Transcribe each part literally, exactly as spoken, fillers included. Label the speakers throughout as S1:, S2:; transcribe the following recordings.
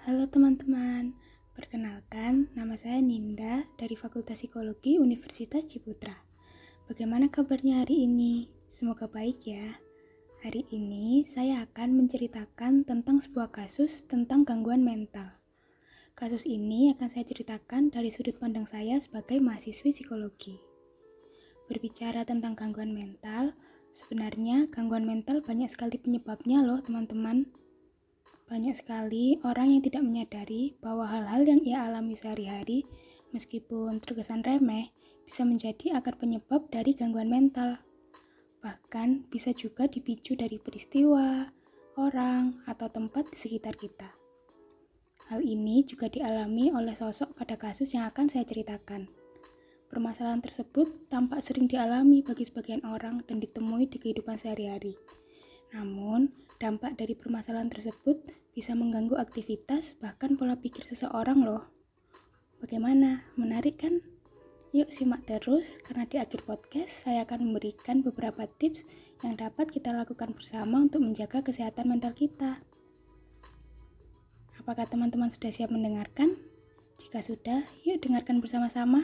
S1: Halo teman-teman, perkenalkan nama saya Ninda dari Fakultas Psikologi Universitas Ciputra. Bagaimana kabarnya hari ini? Semoga baik ya. Hari ini saya akan menceritakan tentang sebuah kasus tentang gangguan mental. Kasus ini akan saya ceritakan dari sudut pandang saya sebagai mahasiswi psikologi. Berbicara tentang gangguan mental, sebenarnya gangguan mental banyak sekali penyebabnya loh teman-teman. Banyak sekali orang yang tidak menyadari bahwa hal-hal yang ia alami sehari-hari, meskipun terkesan remeh, bisa menjadi akar penyebab dari gangguan mental. Bahkan bisa juga dipicu dari peristiwa, orang, atau tempat di sekitar kita. Hal ini juga dialami oleh sosok pada kasus yang akan saya ceritakan. Permasalahan tersebut tampak sering dialami bagi sebagian orang dan ditemui di kehidupan sehari-hari. Namun, dampak dari permasalahan tersebut bisa mengganggu aktivitas bahkan pola pikir seseorang loh. Bagaimana? Menarik kan? Yuk simak terus, karena di akhir podcast saya akan memberikan beberapa tips yang dapat kita lakukan bersama untuk menjaga kesehatan mental kita. Apakah teman-teman sudah siap mendengarkan? Jika sudah, yuk dengarkan bersama-sama.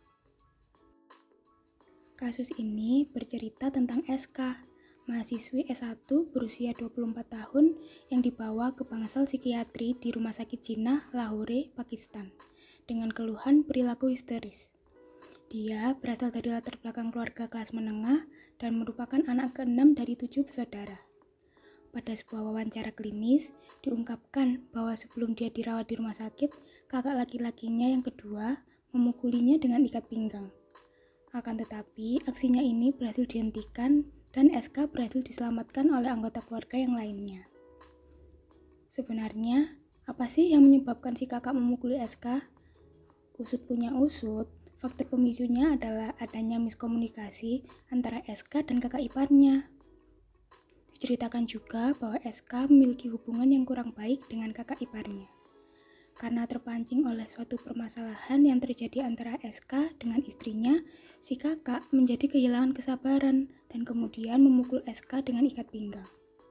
S1: Kasus ini bercerita tentang S K, mahasiswi S satu berusia dua puluh empat tahun yang dibawa ke bangsal psikiatri di Rumah Sakit Jinnah, Lahore, Pakistan, dengan keluhan perilaku histeris. Dia berasal dari latar belakang keluarga kelas menengah dan merupakan anak keenam dari tujuh bersaudara. Pada sebuah wawancara klinis, diungkapkan bahwa sebelum dia dirawat di rumah sakit, kakak laki-lakinya yang kedua memukulinya dengan ikat pinggang. Akan tetapi, aksinya ini berhasil dihentikan dan S K berhasil diselamatkan oleh anggota keluarga yang lainnya. Sebenarnya, apa sih yang menyebabkan si kakak memukuli S K? Usut punya usut, faktor pemicunya adalah adanya miskomunikasi antara S K dan kakak iparnya. Diceritakan juga bahwa S K memiliki hubungan yang kurang baik dengan kakak iparnya. Karena terpancing oleh suatu permasalahan yang terjadi antara S K dengan istrinya, si kakak menjadi kehilangan kesabaran dan kemudian memukul S K dengan ikat pinggang.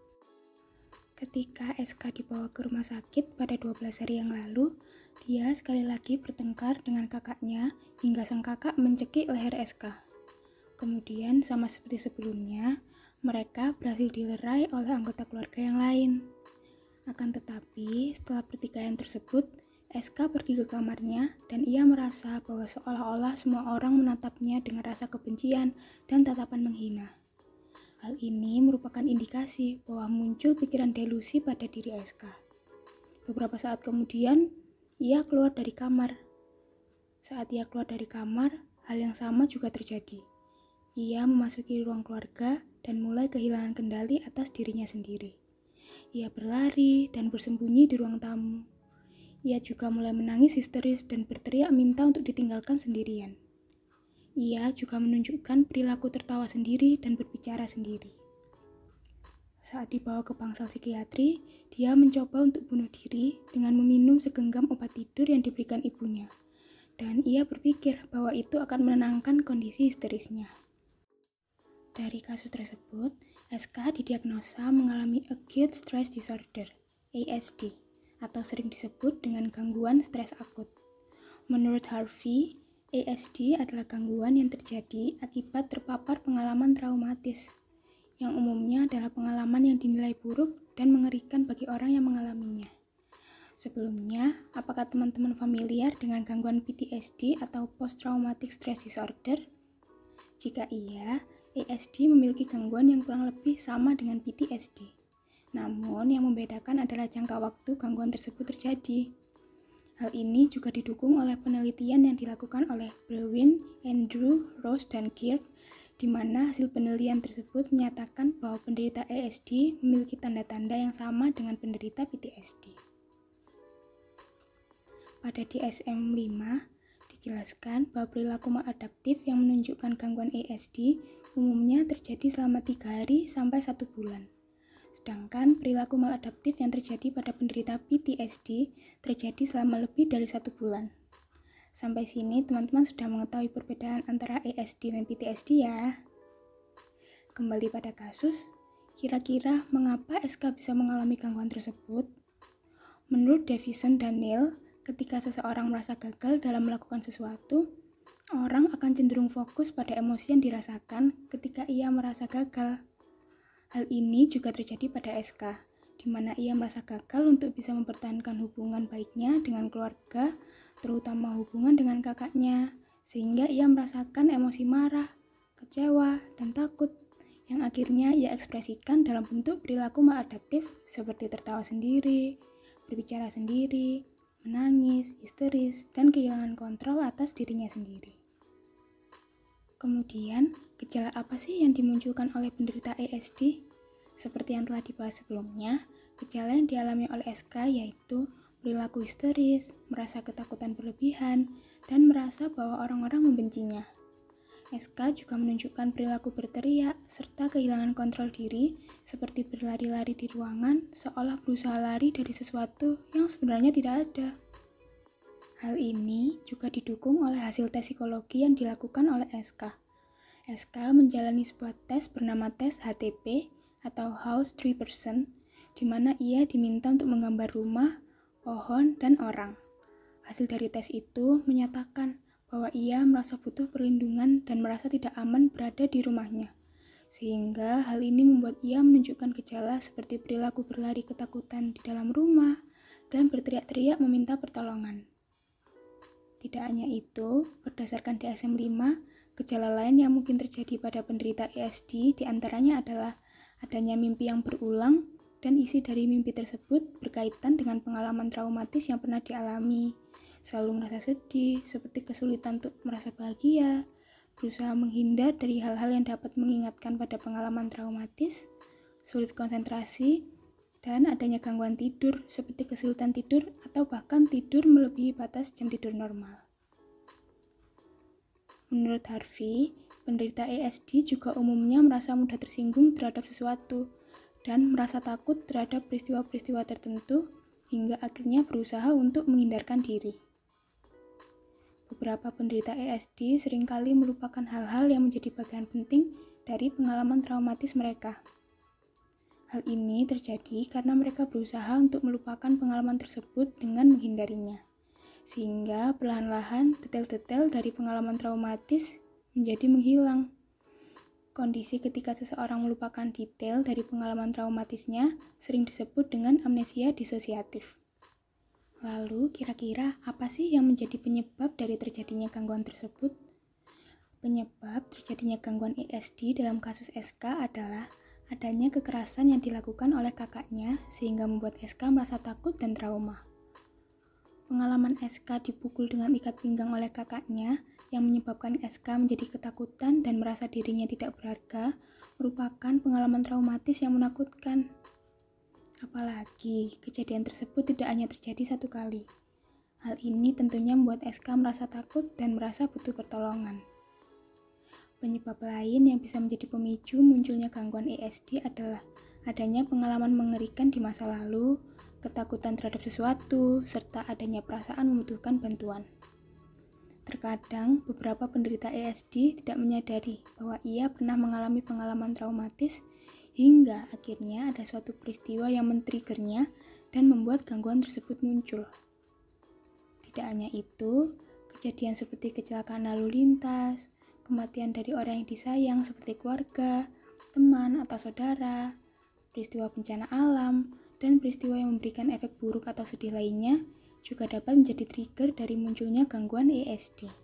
S1: Ketika S K dibawa ke rumah sakit pada dua belas hari yang lalu, dia sekali lagi bertengkar dengan kakaknya hingga sang kakak mencekik leher S K. Kemudian sama seperti sebelumnya, mereka berhasil dilerai oleh anggota keluarga yang lain. Akan tetapi, setelah pertikaian tersebut, S K pergi ke kamarnya dan ia merasa bahwa seolah-olah semua orang menatapnya dengan rasa kebencian dan tatapan menghina. Hal ini merupakan indikasi bahwa muncul pikiran delusi pada diri S K. Beberapa saat kemudian, ia keluar dari kamar. Saat ia keluar dari kamar, hal yang sama juga terjadi. Ia memasuki ruang keluarga dan mulai kehilangan kendali atas dirinya sendiri. Ia berlari dan bersembunyi di ruang tamu. Ia juga mulai menangis histeris dan berteriak minta untuk ditinggalkan sendirian. Ia juga menunjukkan perilaku tertawa sendiri dan berbicara sendiri. Saat dibawa ke bangsal psikiatri, dia mencoba untuk bunuh diri dengan meminum segenggam obat tidur yang diberikan ibunya. Dan ia berpikir bahwa itu akan menenangkan kondisi histerisnya. Dari kasus tersebut, S K didiagnosa mengalami Acute Stress Disorder, A S D, atau sering disebut dengan gangguan stres akut. Menurut Harvey, A S D adalah gangguan yang terjadi akibat terpapar pengalaman traumatis, yang umumnya adalah pengalaman yang dinilai buruk dan mengerikan bagi orang yang mengalaminya. Sebelumnya, apakah teman-teman familiar dengan gangguan P T S D atau Post Traumatic Stress Disorder? Jika iya, A S D memiliki gangguan yang kurang lebih sama dengan P T S D. Namun, yang membedakan adalah jangka waktu gangguan tersebut terjadi. Hal ini juga didukung oleh penelitian yang dilakukan oleh Brewin, Andrew, Rose, dan Kirk, di mana hasil penelitian tersebut menyatakan bahwa penderita A S D memiliki tanda-tanda yang sama dengan penderita P T S D. Pada D S M lima, dijelaskan bahwa perilaku maladaptif yang menunjukkan gangguan A S D umumnya terjadi selama tiga hari sampai satu bulan. Sedangkan perilaku maladaptif yang terjadi pada penderita P T S D terjadi selama lebih dari satu bulan. Sampai sini teman-teman sudah mengetahui perbedaan antara A S D dan P T S D ya. Kembali pada kasus, kira-kira mengapa S K bisa mengalami gangguan tersebut? Menurut Davison dan Neil, ketika seseorang merasa gagal dalam melakukan sesuatu, orang akan cenderung fokus pada emosi yang dirasakan ketika ia merasa gagal. Hal ini juga terjadi pada S K, di mana ia merasa gagal untuk bisa mempertahankan hubungan baiknya dengan keluarga, terutama hubungan dengan kakaknya, sehingga ia merasakan emosi marah, kecewa, dan takut, yang akhirnya ia ekspresikan dalam bentuk perilaku maladaptif seperti tertawa sendiri, berbicara sendiri, menangis, histeris, dan kehilangan kontrol atas dirinya sendiri. Kemudian, gejala apa sih yang dimunculkan oleh penderita A S D? Seperti yang telah dibahas sebelumnya, gejala yang dialami oleh S K yaitu perilaku histeris, merasa ketakutan berlebihan, dan merasa bahwa orang-orang membencinya. S K juga menunjukkan perilaku berteriak serta kehilangan kontrol diri seperti berlari-lari di ruangan seolah berusaha lari dari sesuatu yang sebenarnya tidak ada. Hal ini juga didukung oleh hasil tes psikologi yang dilakukan oleh S K. S K menjalani sebuah tes bernama tes H T P atau House Tree Person, di mana ia diminta untuk menggambar rumah, pohon, dan orang. Hasil dari tes itu menyatakan bahwa ia merasa butuh perlindungan dan merasa tidak aman berada di rumahnya. Sehingga hal ini membuat ia menunjukkan gejala seperti perilaku berlari ketakutan di dalam rumah dan berteriak-teriak meminta pertolongan. Tidak hanya itu, berdasarkan D S M lima, gejala lain yang mungkin terjadi pada penderita A S D diantaranya adalah adanya mimpi yang berulang dan isi dari mimpi tersebut berkaitan dengan pengalaman traumatis yang pernah dialami. Selalu merasa sedih, seperti kesulitan untuk merasa bahagia, berusaha menghindar dari hal-hal yang dapat mengingatkan pada pengalaman traumatis, sulit konsentrasi, dan adanya gangguan tidur, seperti kesulitan tidur atau bahkan tidur melebihi batas jam tidur normal. Menurut Harvey, penderita A S D juga umumnya merasa mudah tersinggung terhadap sesuatu dan merasa takut terhadap peristiwa-peristiwa tertentu hingga akhirnya berusaha untuk menghindarkan diri. Beberapa penderita A S D seringkali melupakan hal-hal yang menjadi bagian penting dari pengalaman traumatis mereka. Hal ini terjadi karena mereka berusaha untuk melupakan pengalaman tersebut dengan menghindarinya, sehingga perlahan-lahan detail-detail dari pengalaman traumatis menjadi menghilang. Kondisi ketika seseorang melupakan detail dari pengalaman traumatisnya sering disebut dengan amnesia disosiatif. Lalu, kira-kira apa sih yang menjadi penyebab dari terjadinya gangguan tersebut? Penyebab terjadinya gangguan A S D dalam kasus S K adalah adanya kekerasan yang dilakukan oleh kakaknya sehingga membuat S K merasa takut dan trauma. Pengalaman S K dipukul dengan ikat pinggang oleh kakaknya yang menyebabkan S K menjadi ketakutan dan merasa dirinya tidak berharga merupakan pengalaman traumatis yang menakutkan. Apalagi, kejadian tersebut tidak hanya terjadi satu kali. Hal ini tentunya membuat S K merasa takut dan merasa butuh pertolongan. Penyebab lain yang bisa menjadi pemicu munculnya gangguan A S D adalah adanya pengalaman mengerikan di masa lalu, ketakutan terhadap sesuatu, serta adanya perasaan membutuhkan bantuan. Terkadang, beberapa penderita A S D tidak menyadari bahwa ia pernah mengalami pengalaman traumatis hingga akhirnya ada suatu peristiwa yang men-triggernya dan membuat gangguan tersebut muncul. Tidak hanya itu, kejadian seperti kecelakaan lalu lintas, kematian dari orang yang disayang seperti keluarga, teman atau saudara, peristiwa bencana alam, dan peristiwa yang memberikan efek buruk atau sedih lainnya juga dapat menjadi trigger dari munculnya gangguan A S D.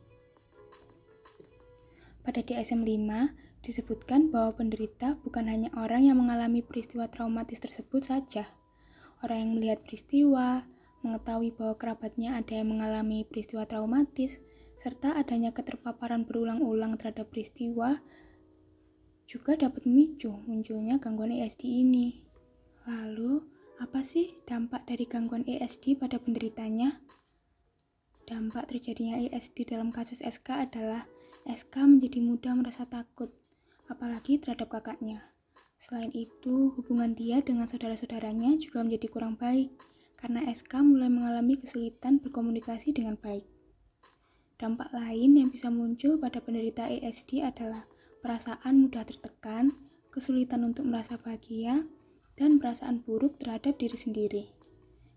S1: Pada D S M lima, disebutkan bahwa penderita bukan hanya orang yang mengalami peristiwa traumatis tersebut saja. Orang yang melihat peristiwa, mengetahui bahwa kerabatnya ada yang mengalami peristiwa traumatis, serta adanya keterpaparan berulang-ulang terhadap peristiwa, juga dapat memicu munculnya gangguan A S D ini. Lalu, apa sih dampak dari gangguan A S D pada penderitanya? Dampak terjadinya A S D dalam kasus S K adalah S K menjadi mudah merasa takut, apalagi terhadap kakaknya. Selain itu, hubungan dia dengan saudara-saudaranya juga menjadi kurang baik, karena S K mulai mengalami kesulitan berkomunikasi dengan baik. Dampak lain yang bisa muncul pada penderita A S D adalah perasaan mudah tertekan, kesulitan untuk merasa bahagia, dan perasaan buruk terhadap diri sendiri.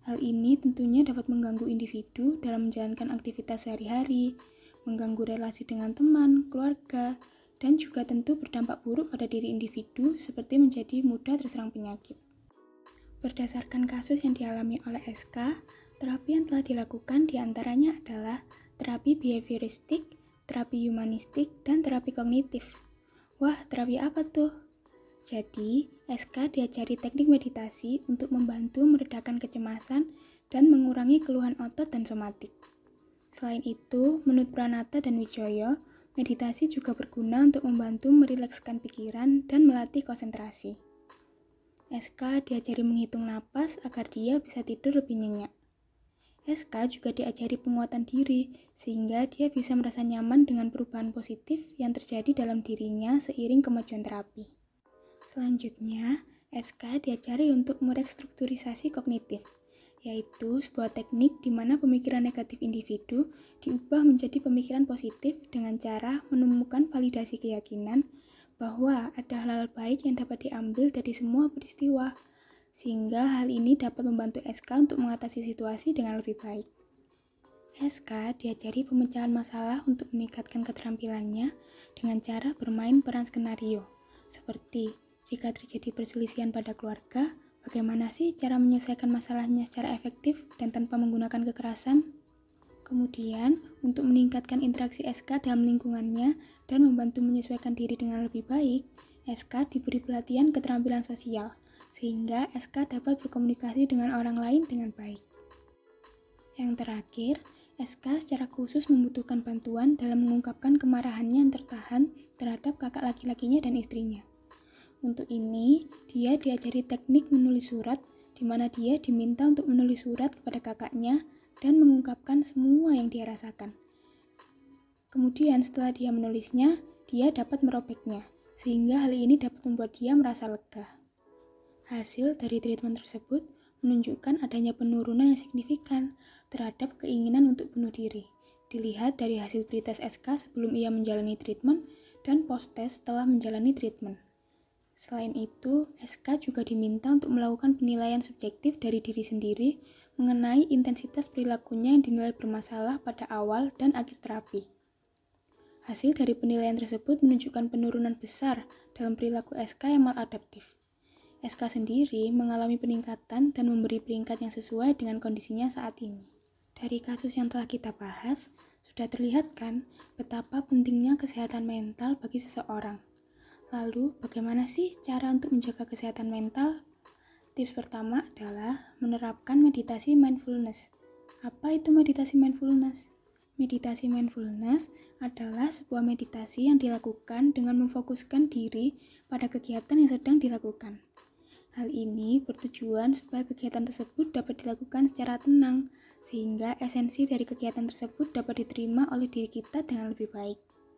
S1: Hal ini tentunya dapat mengganggu individu dalam menjalankan aktivitas sehari-hari, mengganggu relasi dengan teman, keluarga, dan juga tentu berdampak buruk pada diri individu seperti menjadi mudah terserang penyakit. Berdasarkan kasus yang dialami oleh S K, terapi yang telah dilakukan diantaranya adalah terapi behavioristik, terapi humanistik, dan terapi kognitif. Wah, terapi apa tuh? Jadi, S K diajari teknik meditasi untuk membantu meredakan kecemasan dan mengurangi keluhan otot dan somatik. Selain itu, menurut Pranata dan Wijoyo, meditasi juga berguna untuk membantu merilekskan pikiran dan melatih konsentrasi. S K diajari menghitung napas agar dia bisa tidur lebih nyenyak. S K juga diajari penguatan diri, sehingga dia bisa merasa nyaman dengan perubahan positif yang terjadi dalam dirinya seiring kemajuan terapi. Selanjutnya, S K diajari untuk merestrukturisasi kognitif, yaitu sebuah teknik di mana pemikiran negatif individu diubah menjadi pemikiran positif dengan cara menemukan validasi keyakinan bahwa ada hal-hal baik yang dapat diambil dari semua peristiwa, sehingga hal ini dapat membantu S K untuk mengatasi situasi dengan lebih baik. S K diajari pemecahan masalah untuk meningkatkan keterampilannya dengan cara bermain peran skenario, seperti jika terjadi perselisihan pada keluarga, bagaimana sih cara menyelesaikan masalahnya secara efektif dan tanpa menggunakan kekerasan? Kemudian, untuk meningkatkan interaksi S K dalam lingkungannya dan membantu menyesuaikan diri dengan lebih baik, S K diberi pelatihan keterampilan sosial, sehingga S K dapat berkomunikasi dengan orang lain dengan baik. Yang terakhir, S K secara khusus membutuhkan bantuan dalam mengungkapkan kemarahannya yang tertahan terhadap kakak laki-lakinya dan istrinya. Untuk ini, dia diajari teknik menulis surat, di mana dia diminta untuk menulis surat kepada kakaknya dan mengungkapkan semua yang dia rasakan. Kemudian setelah dia menulisnya, dia dapat merobeknya, sehingga hal ini dapat membuat dia merasa lega. Hasil dari treatment tersebut menunjukkan adanya penurunan yang signifikan terhadap keinginan untuk bunuh diri. Dilihat dari hasil pretest S K sebelum ia menjalani treatment dan post-test setelah menjalani treatment. Selain itu, S K juga diminta untuk melakukan penilaian subjektif dari diri sendiri mengenai intensitas perilakunya yang dinilai bermasalah pada awal dan akhir terapi. Hasil dari penilaian tersebut menunjukkan penurunan besar dalam perilaku S K yang maladaptif. S K sendiri mengalami peningkatan dan memberi peringkat yang sesuai dengan kondisinya saat ini. Dari kasus yang telah kita bahas, sudah terlihat kan betapa pentingnya kesehatan mental bagi seseorang. Lalu, bagaimana sih cara untuk menjaga kesehatan mental? Tips pertama adalah menerapkan meditasi mindfulness. Apa itu meditasi mindfulness? Meditasi mindfulness adalah sebuah meditasi yang dilakukan dengan memfokuskan diri pada kegiatan yang sedang dilakukan. Hal ini bertujuan supaya kegiatan tersebut dapat dilakukan secara tenang, sehingga esensi dari kegiatan tersebut dapat diterima oleh diri kita dengan lebih baik.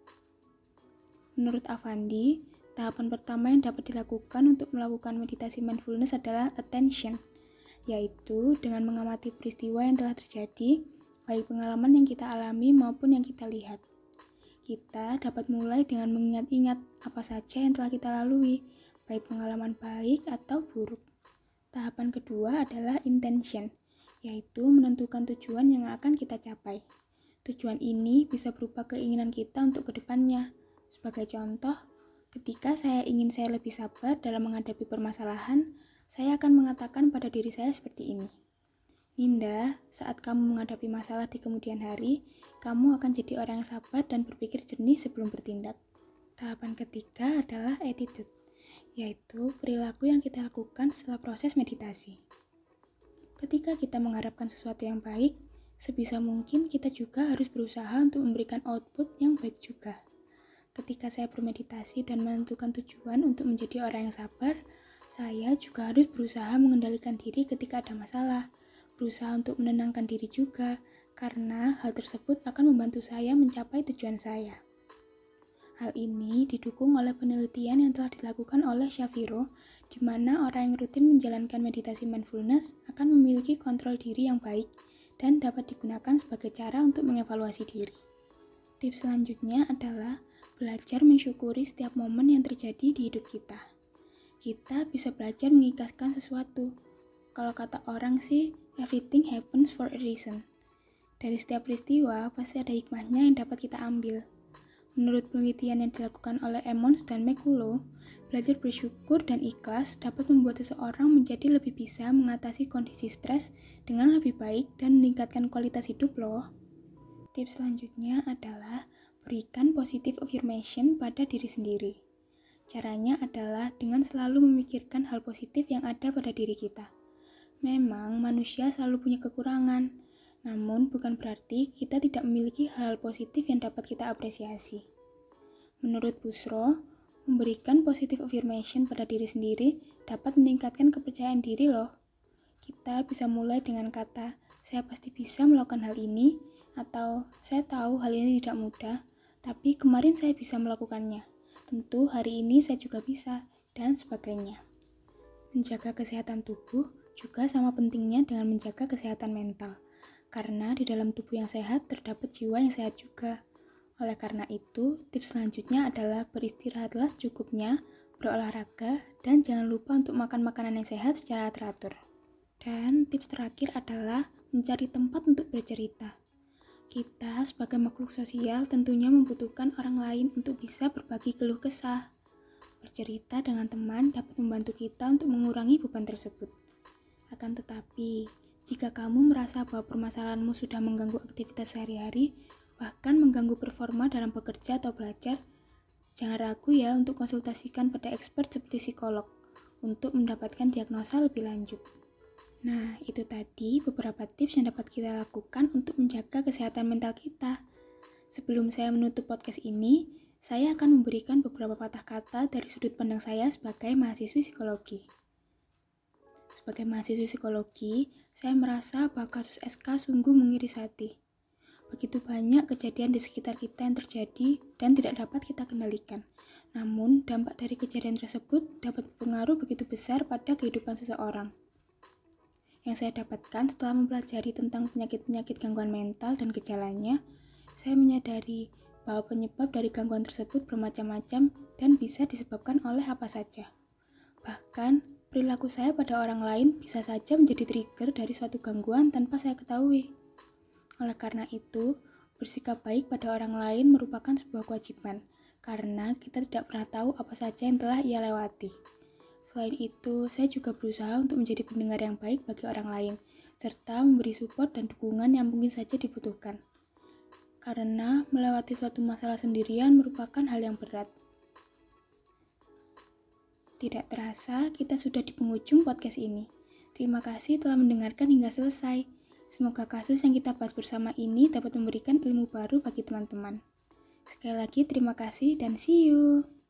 S1: Menurut Avandi, tahapan pertama yang dapat dilakukan untuk melakukan meditasi mindfulness adalah attention, yaitu dengan mengamati peristiwa yang telah terjadi, baik pengalaman yang kita alami maupun yang kita lihat. Kita dapat mulai dengan mengingat-ingat apa saja yang telah kita lalui, baik pengalaman baik atau buruk. Tahapan kedua adalah intention, yaitu menentukan tujuan yang akan kita capai. Tujuan ini bisa berupa keinginan kita untuk kedepannya. Sebagai contoh, ketika saya ingin saya lebih sabar dalam menghadapi permasalahan, saya akan mengatakan pada diri saya seperti ini. Ninda, saat kamu menghadapi masalah di kemudian hari, kamu akan jadi orang yang sabar dan berpikir jernih sebelum bertindak. Tahapan ketiga adalah attitude, yaitu perilaku yang kita lakukan setelah proses meditasi. Ketika kita mengharapkan sesuatu yang baik, sebisa mungkin kita juga harus berusaha untuk memberikan output yang baik juga. Ketika saya bermeditasi dan menentukan tujuan untuk menjadi orang yang sabar, saya juga harus berusaha mengendalikan diri ketika ada masalah, berusaha untuk menenangkan diri juga, karena hal tersebut akan membantu saya mencapai tujuan saya. Hal ini didukung oleh penelitian yang telah dilakukan oleh Shapiro, di mana orang yang rutin menjalankan meditasi mindfulness akan memiliki kontrol diri yang baik dan dapat digunakan sebagai cara untuk mengevaluasi diri. Tips selanjutnya adalah belajar mensyukuri setiap momen yang terjadi di hidup kita. Kita bisa belajar mengikhlaskan sesuatu. Kalau kata orang sih, Everything happens for a reason. Dari setiap peristiwa, pasti ada hikmahnya yang dapat kita ambil. Menurut penelitian yang dilakukan oleh Emmons dan McCullough, belajar bersyukur dan ikhlas dapat membuat seseorang menjadi lebih bisa mengatasi kondisi stres dengan lebih baik dan meningkatkan kualitas hidup loh. Tips selanjutnya adalah berikan positive affirmation pada diri sendiri. Caranya adalah dengan selalu memikirkan hal positif yang ada pada diri kita. Memang manusia selalu punya kekurangan, namun bukan berarti kita tidak memiliki hal-hal positif yang dapat kita apresiasi. Menurut Busro, memberikan positive affirmation pada diri sendiri dapat meningkatkan kepercayaan diri loh. Kita bisa mulai dengan kata, saya pasti bisa melakukan hal ini, atau saya tahu hal ini tidak mudah, tapi kemarin saya bisa melakukannya. Tentu hari ini saya juga bisa, dan sebagainya. Menjaga kesehatan tubuh juga sama pentingnya dengan menjaga kesehatan mental. Karena di dalam tubuh yang sehat terdapat jiwa yang sehat juga. Oleh karena itu, tips selanjutnya adalah beristirahatlah secukupnya, berolahraga, dan jangan lupa untuk makan makanan yang sehat secara teratur. Dan tips terakhir adalah mencari tempat untuk bercerita. Kita sebagai makhluk sosial tentunya membutuhkan orang lain untuk bisa berbagi keluh kesah. Bercerita dengan teman dapat membantu kita untuk mengurangi beban tersebut. Akan tetapi, jika kamu merasa bahwa permasalahanmu sudah mengganggu aktivitas sehari-hari, bahkan mengganggu performa dalam bekerja atau belajar, jangan ragu ya untuk konsultasikan pada expert seperti psikolog untuk mendapatkan diagnosa lebih lanjut. Nah, itu tadi beberapa tips yang dapat kita lakukan untuk menjaga kesehatan mental kita. Sebelum saya menutup podcast ini, saya akan memberikan beberapa patah kata dari sudut pandang saya sebagai mahasiswi psikologi. Sebagai mahasiswi psikologi, saya merasa bahwa kasus S K sungguh mengiris hati. Begitu banyak kejadian di sekitar kita yang terjadi dan tidak dapat kita kendalikan. Namun, dampak dari kejadian tersebut dapat berpengaruh begitu besar pada kehidupan seseorang. Yang saya dapatkan setelah mempelajari tentang penyakit-penyakit gangguan mental dan gejalanya, saya menyadari bahwa penyebab dari gangguan tersebut bermacam-macam dan bisa disebabkan oleh apa saja. Bahkan, perilaku saya pada orang lain bisa saja menjadi trigger dari suatu gangguan tanpa saya ketahui. Oleh karena itu, bersikap baik pada orang lain merupakan sebuah kewajiban, karena kita tidak pernah tahu apa saja yang telah ia lewati. Selain itu, saya juga berusaha untuk menjadi pendengar yang baik bagi orang lain, serta memberi support dan dukungan yang mungkin saja dibutuhkan. Karena melewati suatu masalah sendirian merupakan hal yang berat. Tidak terasa, kita sudah di penghujung podcast ini. Terima kasih telah mendengarkan hingga selesai. Semoga kasus yang kita bahas bersama ini dapat memberikan ilmu baru bagi teman-teman. Sekali lagi terima kasih dan see you!